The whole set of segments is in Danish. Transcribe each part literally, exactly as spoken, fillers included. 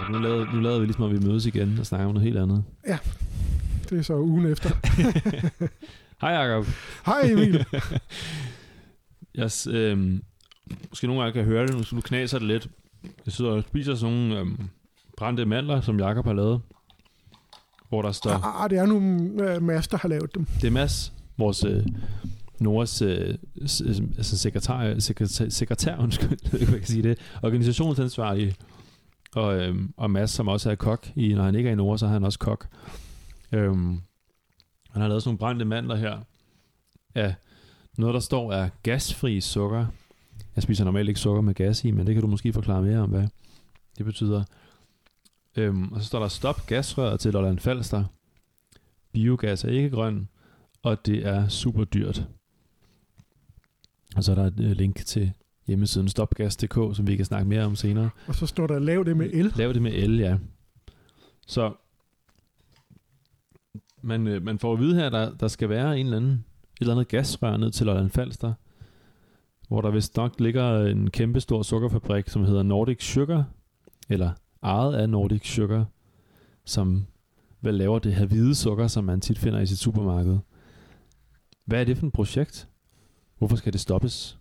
Jacob, nu lavede, nu lavede vi ligesom, at vi mødes igen og snakker om noget helt andet. Ja, det er så ugen efter. Hej Jacob. Hej Emil. Jeg øh, måske nogle gange kan høre det, nu knaser det lidt. Jeg sidder og spiser sådan nogle øh, brændte mandler, som Jacob har lavet. Hvor der står... Ah, det er nu uh, Mads, der har lavet dem. Det er Mads, vores... Øh, Noras øh, altså sekretær, sekretær, sekretær undskyld, jeg kan sige det, organisationsansvarlige, og, øhm, og Mads, som også er kok, i, når han ikke er i Nora, så er han også kok. Øhm, han har lavet sådan nogle brændte mandler her, af noget, der står er gasfri sukker. Jeg spiser normalt ikke sukker med gas i, men det kan du måske forklare mere om, hvad det betyder. Øhm, og så står der stop gasrøret til Lolland Falster. Biogas er ikke grøn, og det er super dyrt. Og så er der et øh, link til hjemmesiden stopgas punktum d k, som vi kan snakke mere om senere. Og så står der, lav det med el. Lav det med el, ja. Så man, øh, man får at vide her, der, der skal være en eller anden, et eller andet gasrør ned til Lolland Falster, hvor der vist nok ligger en kæmpe stor sukkerfabrik, som hedder Nordic Sugar, eller ejet af Nordic Sugar, som vel laver det her hvide sukker, som man tit finder i sit supermarked. Hvad er det for et projekt? Hvorfor skal det stoppes?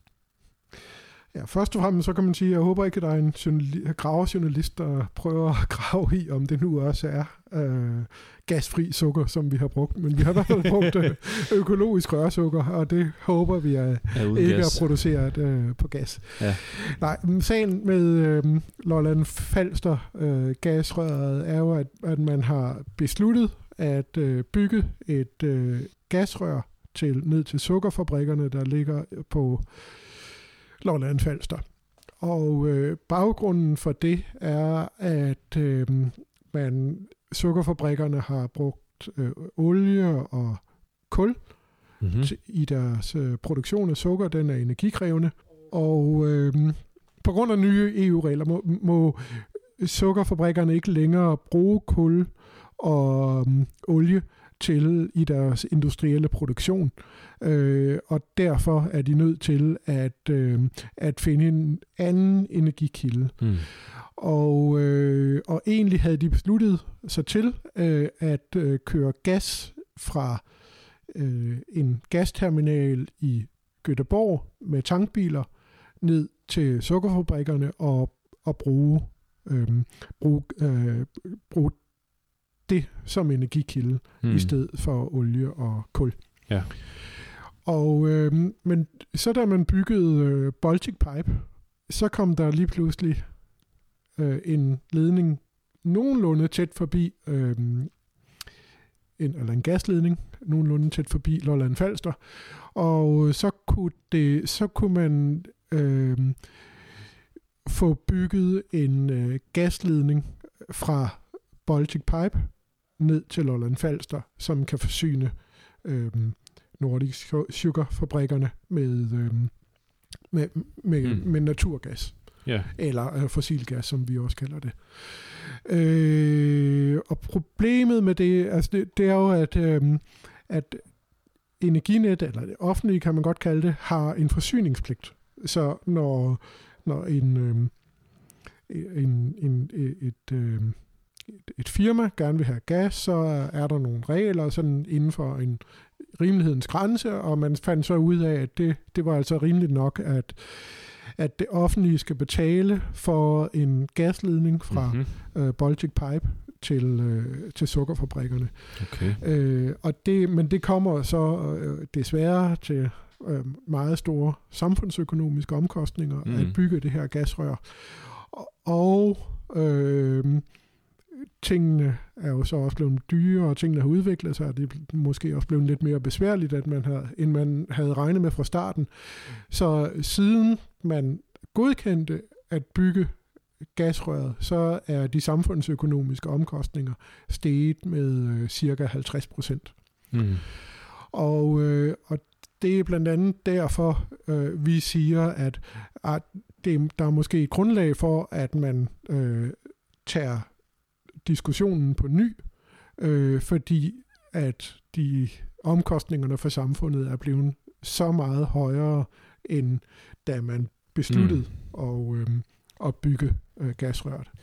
Ja, først og fremmest så kan man sige, at jeg håber ikke, at der er en journali- gravejournalist, der prøver at grave i, om det nu også er øh, gasfri sukker, som vi har brugt. Men vi har i hvert fald brugt øh, økologisk rørsukker, og det håber vi er, ja, ikke gas. Er produceret øh, på gas. Ja. Nej, sagen med øh, Lolland Falster øh, gasrøret er jo, at, at man har besluttet at øh, bygge et øh, gasrør til, ned til sukkerfabrikkerne, der ligger på Lolland Falster. Og øh, baggrunden for det er, at øh, man sukkerfabrikkerne har brugt øh, olie og kul mm-hmm. til, i deres øh, produktion af sukker. Den er energikrævende. Og øh, på grund af nye E U-regler må, må sukkerfabrikkerne ikke længere bruge kul og øh, olie til i deres industrielle produktion. Øh, og derfor er de nødt til at, øh, at finde en anden energikilde. Mm. Og, øh, og egentlig havde de besluttet sig til øh, at øh, køre gas fra øh, en gasterminal i Göteborg med tankbiler ned til sukkerfabrikkerne og, og bruge, øh, bruge, øh, bruge det som energikilde mm. i stedet for olie og kul. Ja. Og øh, men så da man byggede øh, Baltic Pipe, så kom der lige pludselig øh, en ledning nogenlunde tæt forbi øh, en eller en gasledning nogenlunde tæt forbi Lolland Falster, og så kunne det så kunne man øh, få bygget en øh, gasledning fra Baltic Pipe ned til Lolland Falster, som kan forsyne øh, Nordic Sugar-fabrikkerne med, øh, med, med, mm. med naturgas. Yeah. Eller øh, fossilgas, som vi også kalder det. Øh, og problemet med det, altså det, det er jo, at, øh, at Energinet, eller det offentlige kan man godt kalde det, har en forsyningspligt. Så når, når en, øh, en, en, et... Øh, et firma gerne vil have gas, så er der nogle regler sådan inden for en rimelighedens grænse, og man fandt så ud af, at det, det var altså rimeligt nok, at, at det offentlige skal betale for en gasledning fra mm-hmm. uh, Baltic Pipe til, uh, til sukkerfabrikkerne. Okay. Uh, og det, men det kommer så uh, desværre til uh, meget store samfundsøkonomiske omkostninger mm. at bygge det her gasrør. Og øh, tingene er jo så også blevet dyre, og tingene har udviklet sig, og det er måske også blevet lidt mere besværligt, at man havde, end man havde regnet med fra starten. Så siden man godkendte at bygge gasrøret, så er de samfundsøkonomiske omkostninger steget med øh, cirka halvtreds procent. Mm. Og, øh, og det er blandt andet derfor, øh, vi siger, at, at det, der er måske et grundlag for, at man øh, tager diskussionen på ny, øh, fordi at de omkostningerne for samfundet er blevet så meget højere, end da man besluttede mm. at, øh, at bygge øh, gasrøret. Ja,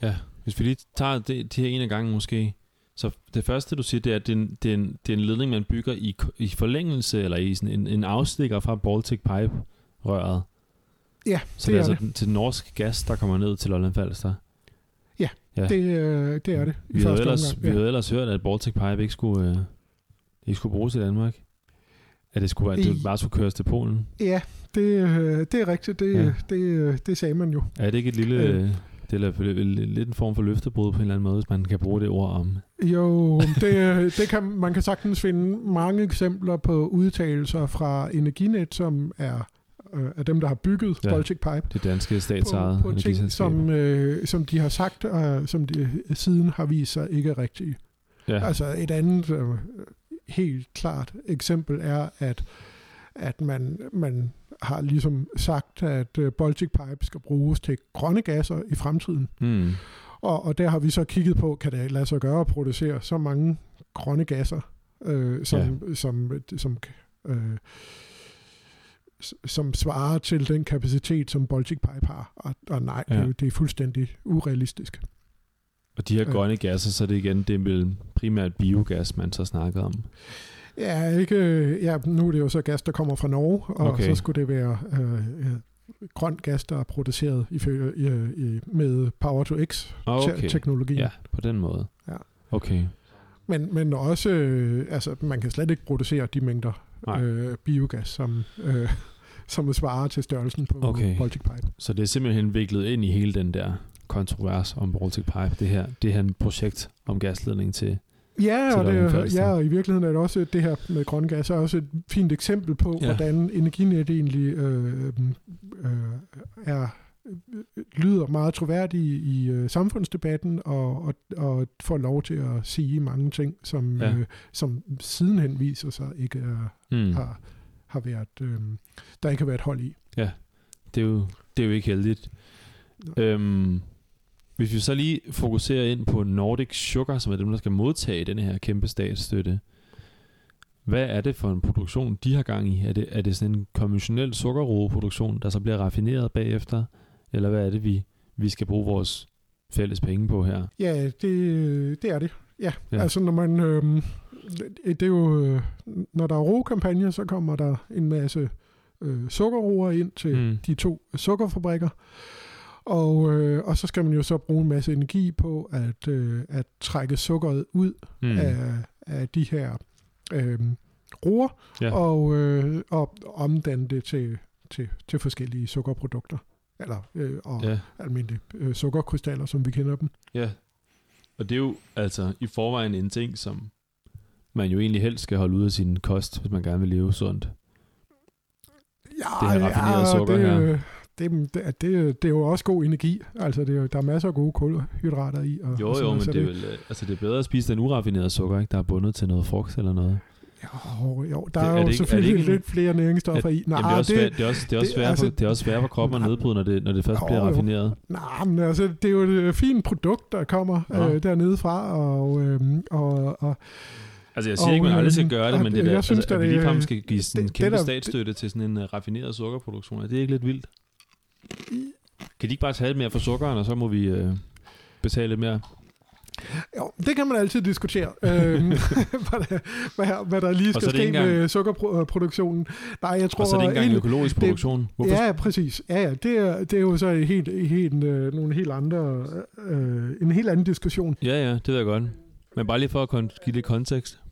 Hvis vi lige tager det, de her en af gangen måske. Så det første, du siger, det er, at det er en, det er en, det er en ledning, man bygger i, i forlængelse, eller i sådan en, en afstikker fra Baltic Pipe-røret. Ja, så det det er, er altså det. til norsk gas, der kommer ned til Lolland Falster. Ja, ja. Det, øh, det er det. Vi havde ellers, ja. vi havde ellers hørt, at Baltic Pipe ikke skulle, øh, ikke skulle bruges i Danmark. At det, skulle være, at det bare skulle køres til Polen. Ja, det, øh, det er rigtigt. Det, ja. det, det, det sagde man jo. Er det ikke et lille... Øh, Det er lidt en form for løftebrud på en eller anden måde, hvis man kan bruge det ord om. Jo, det, det kan, man kan sagtens finde mange eksempler på udtalelser fra Energinet, som er øh, af dem, der har bygget ja, Baltic Pipe. Det danske statsejede på, på ting, som, øh, som de har sagt, og som de siden har vist sig ikke rigtige. Ja. Altså et andet øh, helt klart eksempel er, at, at man... man har ligesom sagt, at Baltic Pipe skal bruges til grønne gasser i fremtiden. Mm. Og, og der har vi så kigget på, kan det lade sig gøre at producere så mange grønne gasser, øh, som, ja. som, som, øh, som svarer til den kapacitet, som Baltic Pipe har. Og, og nej, ja. det, det er fuldstændig urealistisk. Og de her øh. grønne gasser, så er det igen, det er vel primært biogas, man så snakker om. Ja, ikke, ja, nu er det jo så gas, der kommer fra Norge, og okay. så skulle det være øh, grøn gas, der er produceret i, i, i, med Power-to-X-teknologien. Okay. Ja, på den måde. Ja. Okay. Men, men også, øh, altså, man kan slet ikke producere de mængder øh, biogas, som, øh, som svarer til størrelsen på okay. Baltic Pipe. Så det er simpelthen viklet ind i hele den der kontrovers om Baltic Pipe, det her, det her projekt om gasledning til... Ja, og det, ja, og i virkeligheden er det også det her med grøn gas er også et fint eksempel på, ja. hvordan Energinet egentlig øh, øh, er, lyder meget troværdig i øh, samfundsdebatten og, og, og får lov til at sige mange ting, som, ja. øh, som sidenhen viser sig ikke er, mm. har, har været, øh, der ikke har været hold i. Ja, det er jo, det er jo ikke heldigt. Øhm, Hvis vi så lige fokuserer ind på Nordic Sugar, som er dem, der skal modtage denne her kæmpe statsstøtte. Hvad er det for en produktion, de har gang i? Er det, er det sådan en konventionel sukkerroeproduktion, der så bliver raffineret bagefter? Eller hvad er det, vi, vi skal bruge vores fælles penge på her? Ja, det, det er det. Ja, ja. Altså når man... Øh, det er jo... Når der er roekampagne, så kommer der en masse øh, sukkerroer ind til mm. de to sukkerfabrikker. Og, øh, og så skal man jo så bruge en masse energi på at, øh, at trække sukkeret ud mm. af, af de her øh, roer ja. og, øh, og omdanne det til, til, til forskellige sukkerprodukter. Eller øh, og ja. almindelige øh, sukkerkrystaller, som vi kender dem. Ja, og det er jo altså i forvejen en ting, som man jo egentlig helst skal holde ud af sin kost, hvis man gerne vil leve sundt. Ja, det her raffinerede ja, sukker det, her. Det, det, det, det er jo også god energi. Altså, det er, der er masser af gode kulhydrater i. Og, jo, og jo, men det er, vel, altså, det er bedre at spise den uraffinerede sukker, ikke? Der er bundet til noget frugt eller noget. Jo, jo der det, er, er jo ikke, selvfølgelig er lidt en, flere næringsstoffer at, i. Nej, jamen, det, er også svært, det, er også, det, er også det, altså, det er også svært for kroppen at nedbryde, når det, når det først jo, bliver raffineret. Nej, men altså, det er jo et fint produkt, der kommer ja. øh, dernede fra, og... Øh, og, og Altså jeg siger og, ikke, man aldrig skal gøre det, og, men det der, jeg synes, altså, at vi ligefrem skal give sådan en det, kæmpe det der, statsstøtte til sådan en uh, raffineret sukkerproduktion, er det ikke lidt vildt? Kan de ikke bare tage lidt mere for sukkeren, og så må vi øh, betale lidt mere? Jo, det kan man altid diskutere, øhm, hvad, der, hvad, hvad der lige skal ske engang, med sukkerproduktionen. Nej, jeg tror, og så er det ikke engang en økologisk det, produktion? Hvorfor? Ja, præcis. Ja, ja, det, er, det er jo så helt, helt, øh, nogle helt andre, øh, en helt anden diskussion. Ja, ja, det ved jeg godt. Men bare lige for at give lidt kontekst.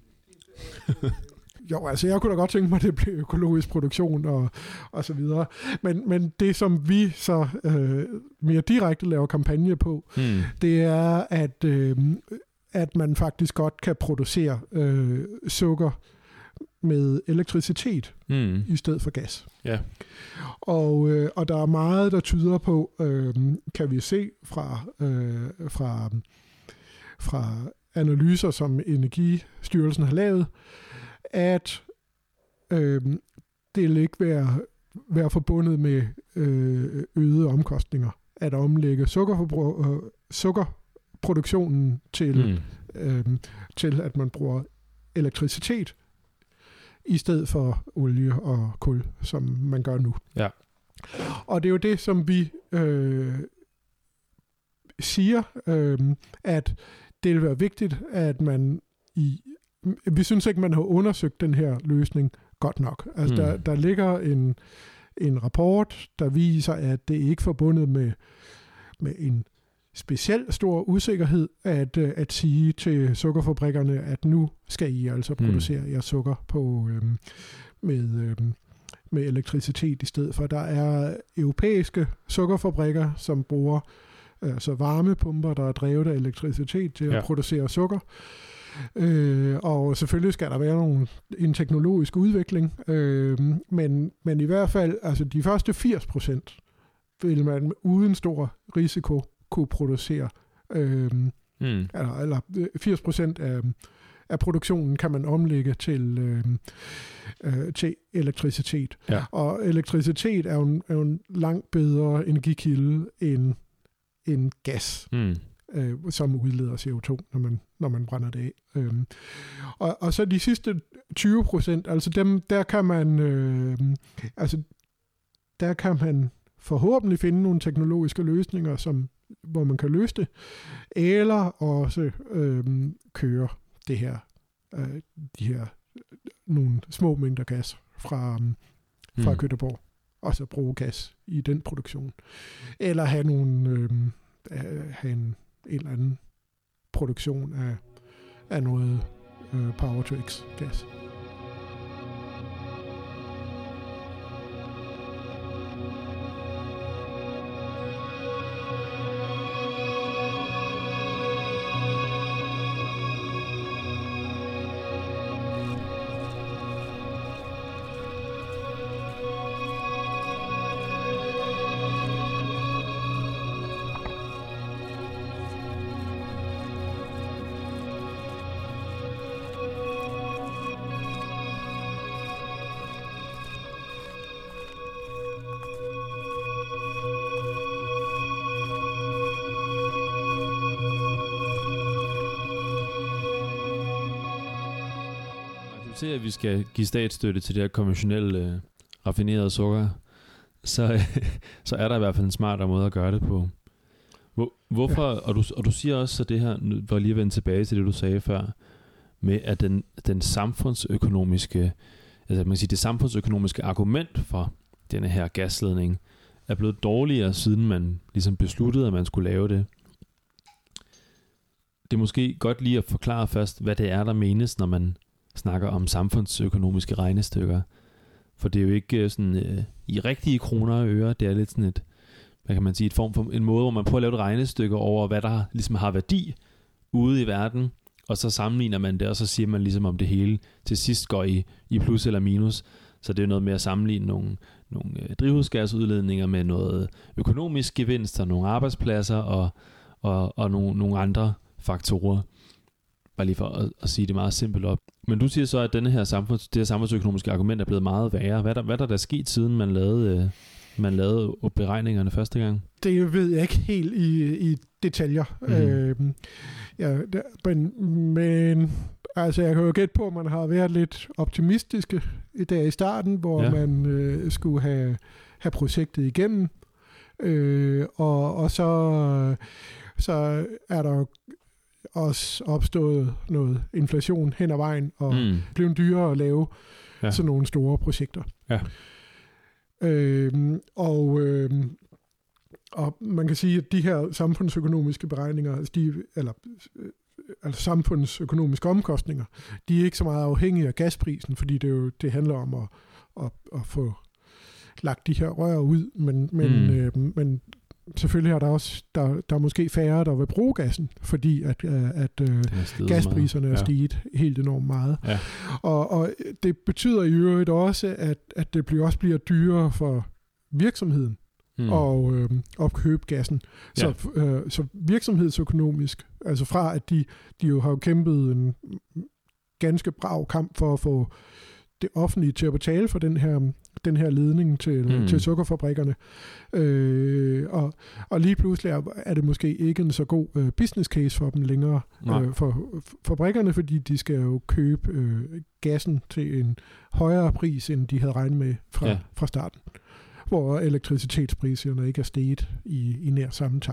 Jo, altså jeg kunne da godt tænke mig, at det blev økologisk produktion og, og så videre. Men, men det, som vi så øh, mere direkte laver kampagne på, hmm. det er, at, øh, at man faktisk godt kan producere øh, sukker med elektricitet hmm. i stedet for gas. Ja. Og, øh, og der er meget, der tyder på, øh, kan vi se fra, øh, fra, fra analyser, som Energistyrelsen har lavet, at øh, det vil ikke være, være forbundet med øh, øgede omkostninger at omlægge sukkerforbrug, øh, sukkerproduktionen til, mm. øh, til, at man bruger elektricitet i stedet for olie og kul, som man gør nu. Ja. Og det er jo det, som vi øh, siger, øh, at det vil være vigtigt, at man i... Vi synes ikke, man har undersøgt den her løsning godt nok. Altså, mm. der, der ligger en, en rapport, der viser, at det ikke er forbundet med, med en specielt stor usikkerhed at, at sige til sukkerfabrikkerne, at nu skal I altså producere mm. jeres sukker på, øhm, med, øhm, med elektricitet i stedet for. Der er europæiske sukkerfabrikker, som bruger altså varmepumper, der er drevet af elektricitet til ja. at producere sukker. Øh, og selvfølgelig skal der være nogle, en teknologisk udvikling, øh, men, men i hvert fald, altså de første firs procent vil man uden stor risiko kunne producere. Øh, mm. eller, eller firs procent af, af produktionen kan man omlægge til, øh, øh, til elektricitet. Ja. Og elektricitet er jo, en, er jo en langt bedre energikilde end, end gas. Mm. Øh, som udleder C O to, når man, når man brænder det af. Øhm, og, og så de sidste tyve procent, altså dem, der kan man øh, altså der kan man forhåbentlig finde nogle teknologiske løsninger, som, hvor man kan løse det, eller også øh, køre det her, øh, de her nogle små mængder gas fra, fra mm. Göteborg, og så bruge gas i den produktion. Eller have nogle øh, have en en eller anden produktion af, af noget øh, Power-to-X-gas. Til at vi skal give statsstøtte til det her konventionelle øh, raffinerede sukker, så, øh, så er der i hvert fald en smartere måde at gøre det på. Hvor, hvorfor, ja. og, du, og du siger også så det her, for lige at vende tilbage til det, du sagde før, med at den, den samfundsøkonomiske, altså man kan sige, det samfundsøkonomiske argument for denne her gasledning er blevet dårligere, siden man ligesom besluttede, at man skulle lave det. Det er måske godt lige at forklare først, hvad det er, der menes, når man snakker om samfundsøkonomiske regnestykker. For det er jo ikke sådan øh, i rigtige kroner og øre, det er lidt sådan et, hvad kan man sige, et form for en måde, hvor man prøver at lave et regnestykke over, hvad der ligesom har værdi ude i verden, og så sammenligner man det, og så siger man ligesom, om det hele til sidst går i, i plus eller minus. Så det er noget med at sammenligne nogle, nogle øh, drivhusgasudledninger med noget økonomisk gevinst, og nogle arbejdspladser, og, og, og nogle, nogle andre faktorer. Bare lige for at, at sige det meget simpelt op. Men du siger så, at denne her samfunds, det her samfundsøkonomiske argument er blevet meget værre. Hvad er der, hvad er der, der sket, siden man lavede, øh, man lavede beregningerne første gang? Det ved jeg ikke helt i, i detaljer. Mm. Øh, ja, der, men, men altså, jeg kan jo gætte på, at man har været lidt optimistiske i dag i starten, hvor ja. man øh, skulle have, have projektet igennem. Øh, og, og så, så er der også opstået noget inflation hen ad vejen, og mm. blevet dyrere at lave ja. sådan nogle store projekter. Ja. Øhm, og, øhm, og man kan sige, at de her samfundsøkonomiske beregninger, altså, de, eller, altså samfundsøkonomiske omkostninger, de er ikke så meget afhængige af gasprisen, fordi det jo det handler om at, at, at få lagt de her rør ud, men, men, mm. øh, men selvfølgelig er der også der, der er måske færre, der vil bruge gassen, fordi at, at, at gaspriserne er, ja. er stiget helt enormt meget. Ja. Og, og det betyder i øvrigt også, at, at det bliver, også bliver dyrere for virksomheden mm. og øh, opkøbe gassen. Ja. Så, øh, så virksomhedsøkonomisk, altså fra at de, de jo har kæmpet en ganske brav kamp for at få det offentlige til at betale for den her den her ledning til, mm. til sukkerfabrikkerne. Øh, og, og lige pludselig er, er det måske ikke en så god øh, business case for dem længere, øh, for, for fabrikkerne, fordi de skal jo købe øh, gassen til en højere pris, end de havde regnet med fra, ja. fra starten, hvor elektricitetspriserne ikke er steget i, i nær samme takt.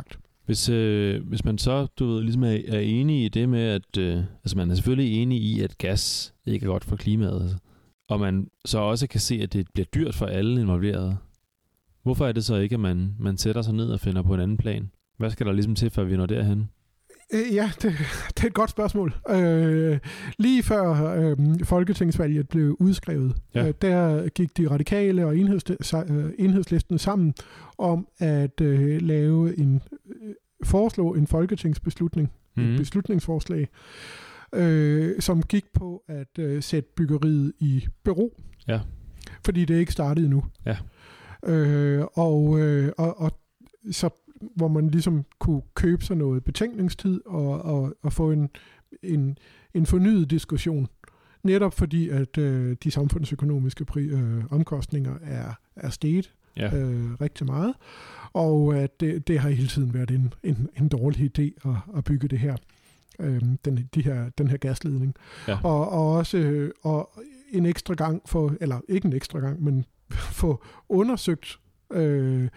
Hvis, øh, hvis man så, du ved, ligesom er, er enig i det med, at øh, altså man er selvfølgelig enig i, at gas ikke er godt for klimaet, altså, og man så også kan se, at det bliver dyrt for alle involverede, hvorfor er det så ikke, at man, man sætter sig ned og finder på en anden plan? Hvad skal der ligesom til, før vi når derhen? Ja, det, det er et godt spørgsmål. Øh, lige før øh, Folketingsvalget blev udskrevet, ja. øh, der gik de radikale og enhedslisten sammen om at øh, lave en, øh, foreslå en folketingsbeslutning, mm-hmm. et beslutningsforslag, øh, som gik på at øh, sætte byggeriet i bero, ja. fordi det ikke startede endnu. Ja. Øh, og, øh, og, og så hvor man ligesom kunne købe sig noget betænkningstid og, og, og få en, en, en fornyet diskussion. Netop fordi, at øh, de samfundsøkonomiske pri, øh, omkostninger er, er steget ja. øh, rigtig meget, og at det, det har hele tiden været en, en, en dårlig idé at, at bygge det her, øh, den, de her, den her gasledning. Ja. Og, og også øh, og en ekstra gang, for, eller ikke en ekstra gang, men få undersøgt øh,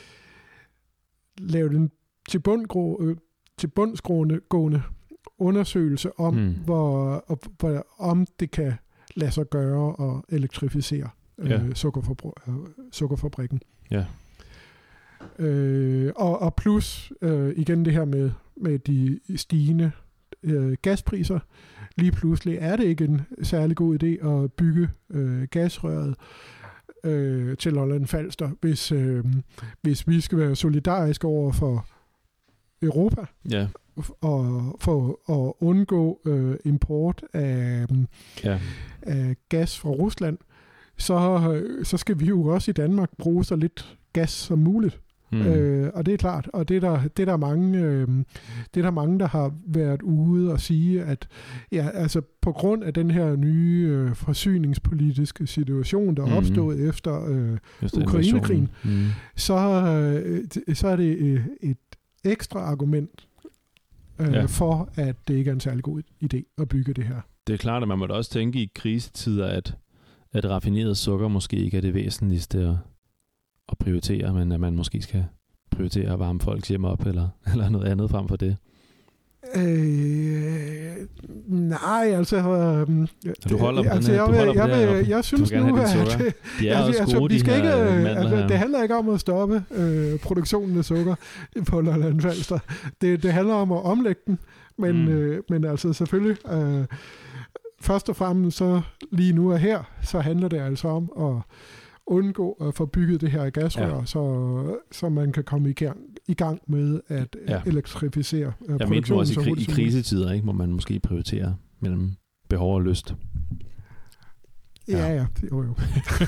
lavet en til, bundgrå, øh, til bundsgående undersøgelse om, mm. hvor, hvor, om det kan lade sig gøre at elektrificere øh, ja. sukkerfabr- øh, sukkerfabrikken. Ja. Øh, og, og plus øh, igen det her med, med de stigende øh, gaspriser. Lige pludselig er det ikke en særlig god idé at bygge øh, gasrøret Øh, til Lolland Falster, hvis, øh, hvis vi skal være solidariske over for Europa ja. og for at undgå øh, import af, ja. af gas fra Rusland, så, så skal vi jo også i Danmark bruge så lidt gas som muligt. Mm. Øh, og det er klart, og det er der, det er der mange, øh, det er der mange, der har været ude og sige, at ja, altså på grund af den her nye øh, forsyningspolitiske situation, der er opstået mm. efter øh, Ukrainekrigen, mm. så, øh, så er det øh, et ekstra argument øh, ja. for, at det ikke er en særlig god idé at bygge det her. Det er klart, at man må da også tænke i krisetider, at, at raffineret sukker måske ikke er det væsentligste at at prioritere, men at man måske skal prioritere at varme folks hjem op, eller, eller noget andet frem for det? Øh, nej, altså... Øh, du holder på altså, den her, jeg, du jeg, jeg, jeg, jeg synes nu, at... De er altså, også gode, altså, de ikke, her altså, her. Det handler ikke om at stoppe øh, produktionen af sukker på Lolland Falster. Det, det handler om at omlægge den, men, mm. øh, men altså selvfølgelig... Øh, først og fremmest så lige nu og her, så handler det altså om at undgå at få bygget det her gasrør, ja. så, så man kan komme i gang, i gang med at ja. elektrificere uh, produktionen. Jeg mener også i, kri- i krisetider, ikke, må man måske prioritere mellem behov og lyst. Ja, ja, ja jo jo.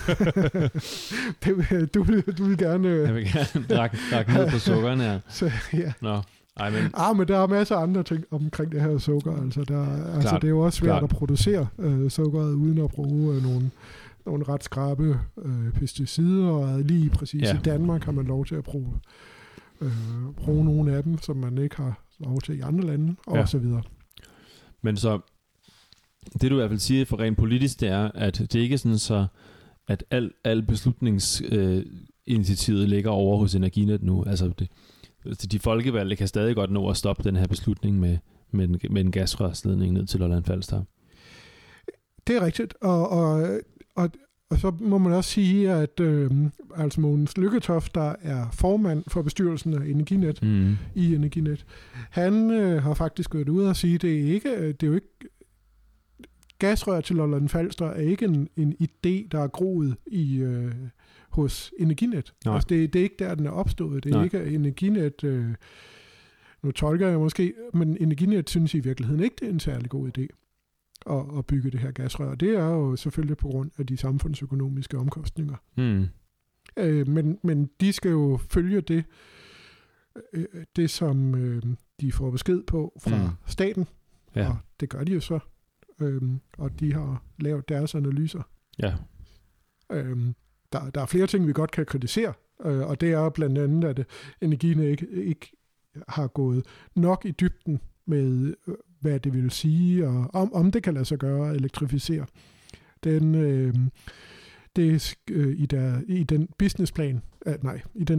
det, du, du vil gerne... Jeg vil gerne række, række ned på sukkerne her. Så, ja. Nå. Ej, men... Ah, men der er masser af andre ting omkring det her sukker. Altså, der, altså, det er jo også svært Klart. at producere uh, sukkeret uden at bruge uh, nogle... nogle ret skrabe øh, pesticider, og lige præcis ja. i Danmark har man lov til at bruge, øh, bruge nogle af dem, som man ikke har lov til i andre lande, og ja. så videre. Men så, det du i hvert fald siger for rent politisk, det er, at det ikke er sådan så, at al, al beslutningsinitiativet øh, ligger over hos Energinet nu. Altså, det, de folkevalgte kan stadig godt nå at stoppe den her beslutning med, med, en, med en gasrørsledning ned til Lolland Falster. Det er rigtigt, og, og Og, og så må man også sige, at øh, altså Mogens Lykketoft, der er formand for bestyrelsen af Energinet mm. i Energinet, han øh, har faktisk gået ud og sige, at det er ikke, det er jo ikke gasrør til Lolland Falster er ikke en, en idé, der er groet i øh, hos Energinet. Altså det, det er ikke der, den er opstået. Det er Nej. ikke Energinet. Øh, nu tolker jeg måske, men Energinet synes i virkeligheden ikke, det er en særlig god idé at, at bygge det her gasrør. Det er jo selvfølgelig på grund af de samfundsøkonomiske omkostninger. Mm. Øh, men, men de skal jo følge det, øh, det som øh, de får besked på fra mm. staten, ja. Og det gør de jo så. Øh, og de har lavet deres analyser. Ja. Øh, der, der er flere ting, vi godt kan kritisere, øh, og det er blandt andet, at Energinet ikke, ikke har gået nok i dybden med, hvad det vil sige, og om, om det kan lade sig gøre at elektrificere. Den, øh, det er øh, i, der, i den businessplan, øh, nej, i den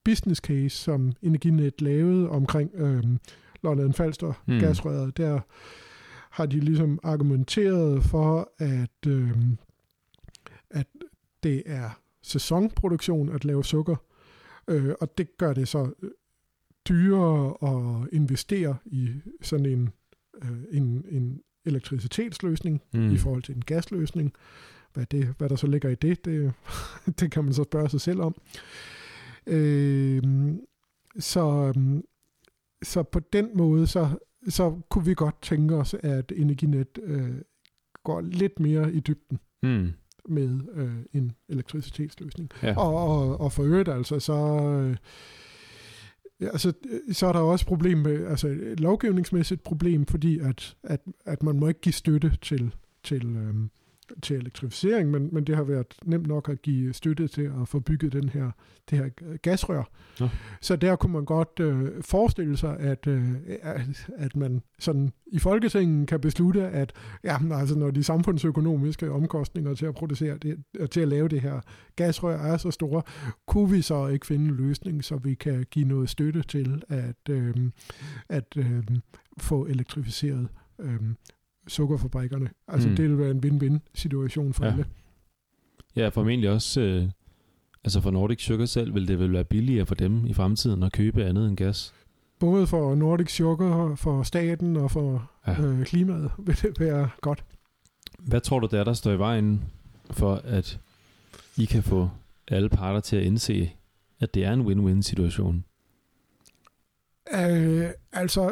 business case, som Energinet lavede omkring øh, Lolland Falster mm. gasrøret, der har de ligesom argumenteret for, at, øh, at det er sæsonproduktion at lave sukker, øh, og det gør det så dyrere at investere i sådan en, øh, en, en elektricitetsløsning mm. i forhold til en gasløsning. Hvad, det, hvad der så ligger i det, det, det kan man så spørge sig selv om. Øh, så, så på den måde, så, så kunne vi godt tænke os, at Energinet øh, går lidt mere i dybden mm. med øh, en elektricitetsløsning. Ja. Og, og, og for øvrigt altså, så... Øh, Altså, så er der også et problem med, altså et lovgivningsmæssigt problem, fordi at, at, at man må ikke give støtte til, til, øhm, til elektrificering, men, men det har været nemt nok at give støtte til at få bygget den her, det her gasrør. Ja. Så der kunne man godt øh, forestille sig, at, øh, at, at man sådan i Folketinget kan beslutte, at ja, altså, når de samfundsøkonomiske omkostninger til at producere det, til at lave det her gasrør er så store, kunne vi så ikke finde en løsning, så vi kan give noget støtte til at, øh, at øh, få elektrificeret øh, sukkerfabrikkerne. Altså mm. det vil være en win-win-situation for ja. alle. Ja, formentlig også, øh, altså for Nordic Sugar selv, vil det vel være billigere for dem i fremtiden at købe andet end gas? Både for Nordic Sugar, for staten og for ja. øh, klimaet vil det være godt. Hvad tror du, der, der står i vejen for, at I kan få alle parter til at indse, at det er en win-win-situation? Øh, altså...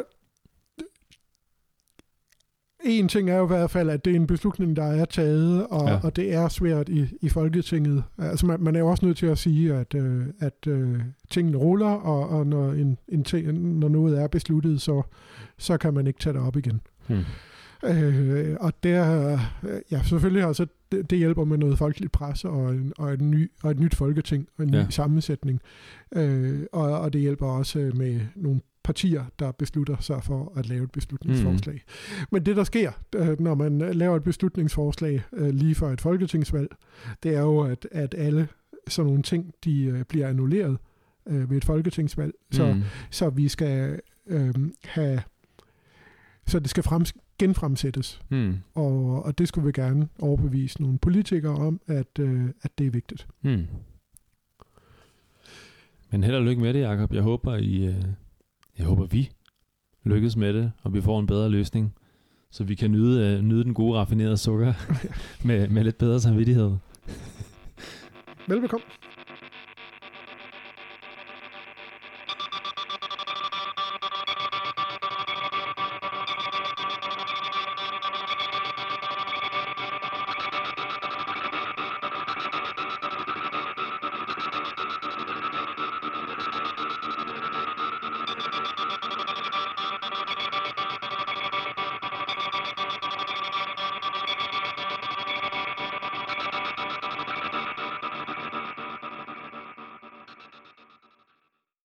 En ting er jo i hvert fald, at det er en beslutning, der er taget, og, ja. og det er svært i, i Folketinget. Altså man, man er jo også nødt til at sige, at, øh, at øh, tingene ruller, og, og når, en, en ting, når noget er besluttet, så, så kan man ikke tage det op igen. Hmm. Øh, og der, ja, selvfølgelig altså, det, det hjælper med noget folkeligt pres og, en, og, en ny, og et nyt folketing og en ja. ny sammensætning. Øh, og, og det hjælper også med nogle partier, der beslutter sig for at lave et beslutningsforslag. Mm. Men det, der sker, når man laver et beslutningsforslag lige for et folketingsvalg, det er jo, at, at alle sådan nogle ting, de bliver annulleret ved et folketingsvalg. Mm. Så, så vi skal øh, have... Så det skal frems, genfremsættes. Mm. Og, og det skulle vi gerne overbevise nogle politikere om, at, øh, at det er vigtigt. Mm. Men held og lykke med det, Jacob. Jeg håber, I... Øh Jeg håber, vi lykkes med det, og vi får en bedre løsning, så vi kan nyde, uh, nyde den gode raffinerede sukker med, med lidt bedre samvittighed. Velbekomme.